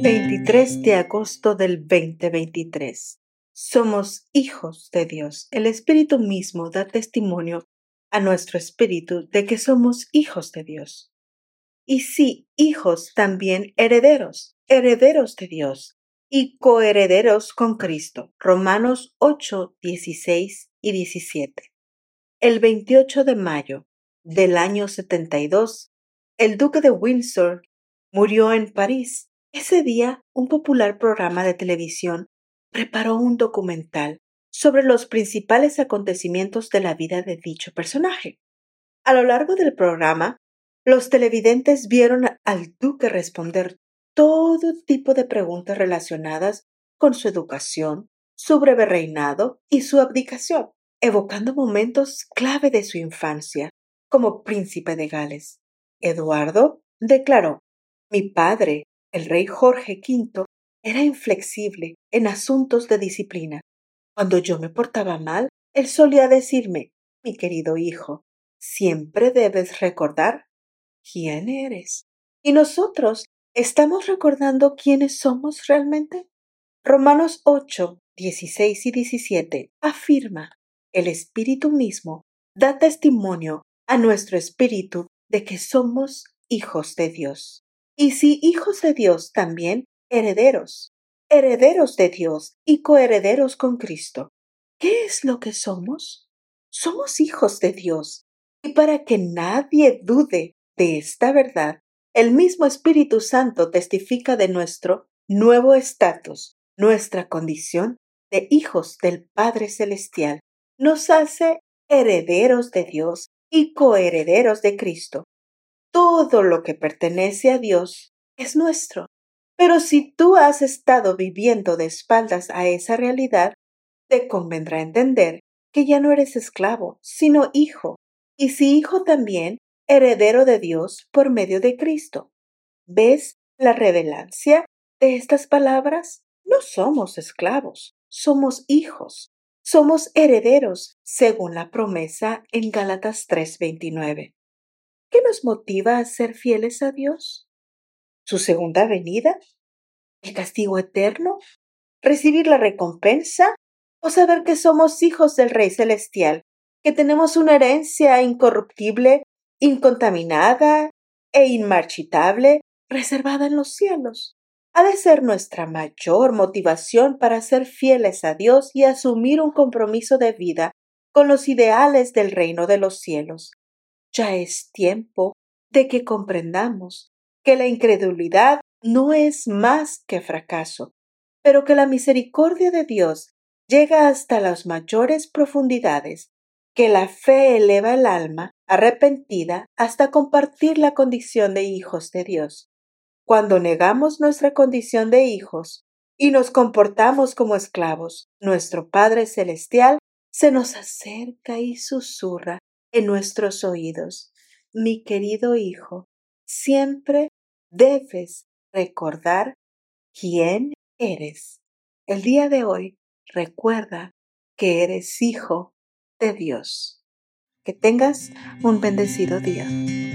23 de agosto del 2023. Somos hijos de Dios. El Espíritu mismo da testimonio a nuestro espíritu de que somos hijos de Dios. Y sí, hijos, también herederos, herederos de Dios y coherederos con Cristo. Romanos 8, 16 y 17. El 28 de mayo del año 72, el duque de Windsor murió en París. Ese día, un popular programa de televisión preparó un documental sobre los principales acontecimientos de la vida de dicho personaje. A lo largo del programa, los televidentes vieron al duque responder todo tipo de preguntas relacionadas con su educación, su breve reinado y su abdicación, evocando momentos clave de su infancia como príncipe de Gales. Eduardo declaró: "Mi padre, el rey Jorge V, era inflexible en asuntos de disciplina. Cuando yo me portaba mal, él solía decirme: mi querido hijo, siempre debes recordar quién eres". ¿Y nosotros estamos recordando quiénes somos realmente? Romanos 8, 16 y 17 afirma: el Espíritu mismo da testimonio a nuestro espíritu de que somos hijos de Dios. Y si hijos de Dios, también herederos, herederos de Dios y coherederos con Cristo. ¿Qué es lo que somos? Somos hijos de Dios. Y para que nadie dude de esta verdad, el mismo Espíritu Santo testifica de nuestro nuevo estatus. Nuestra condición de hijos del Padre Celestial nos hace herederos de Dios y coherederos de Cristo. Todo lo que pertenece a Dios es nuestro. Pero si tú has estado viviendo de espaldas a esa realidad, te convendrá entender que ya no eres esclavo, sino hijo. Y si hijo también, heredero de Dios por medio de Cristo. ¿Ves la relevancia de estas palabras? No somos esclavos, somos hijos, somos herederos, según la promesa en Gálatas 3:29. ¿Qué nos motiva a ser fieles a Dios? ¿Su segunda venida? ¿El castigo eterno? ¿Recibir la recompensa? ¿O saber que somos hijos del Rey Celestial, que tenemos una herencia incorruptible, incontaminada e inmarchitable, reservada en los cielos? Ha de ser nuestra mayor motivación para ser fieles a Dios y asumir un compromiso de vida con los ideales del reino de los cielos. Ya es tiempo de que comprendamos que la incredulidad no es más que fracaso, pero que la misericordia de Dios llega hasta las mayores profundidades, que la fe eleva el alma arrepentida hasta compartir la condición de hijos de Dios. Cuando negamos nuestra condición de hijos y nos comportamos como esclavos, nuestro Padre Celestial se nos acerca y susurra en nuestros oídos: mi querido hijo, siempre debes recordar quién eres. El día de hoy, recuerda que eres hijo de Dios. Que tengas un bendecido día.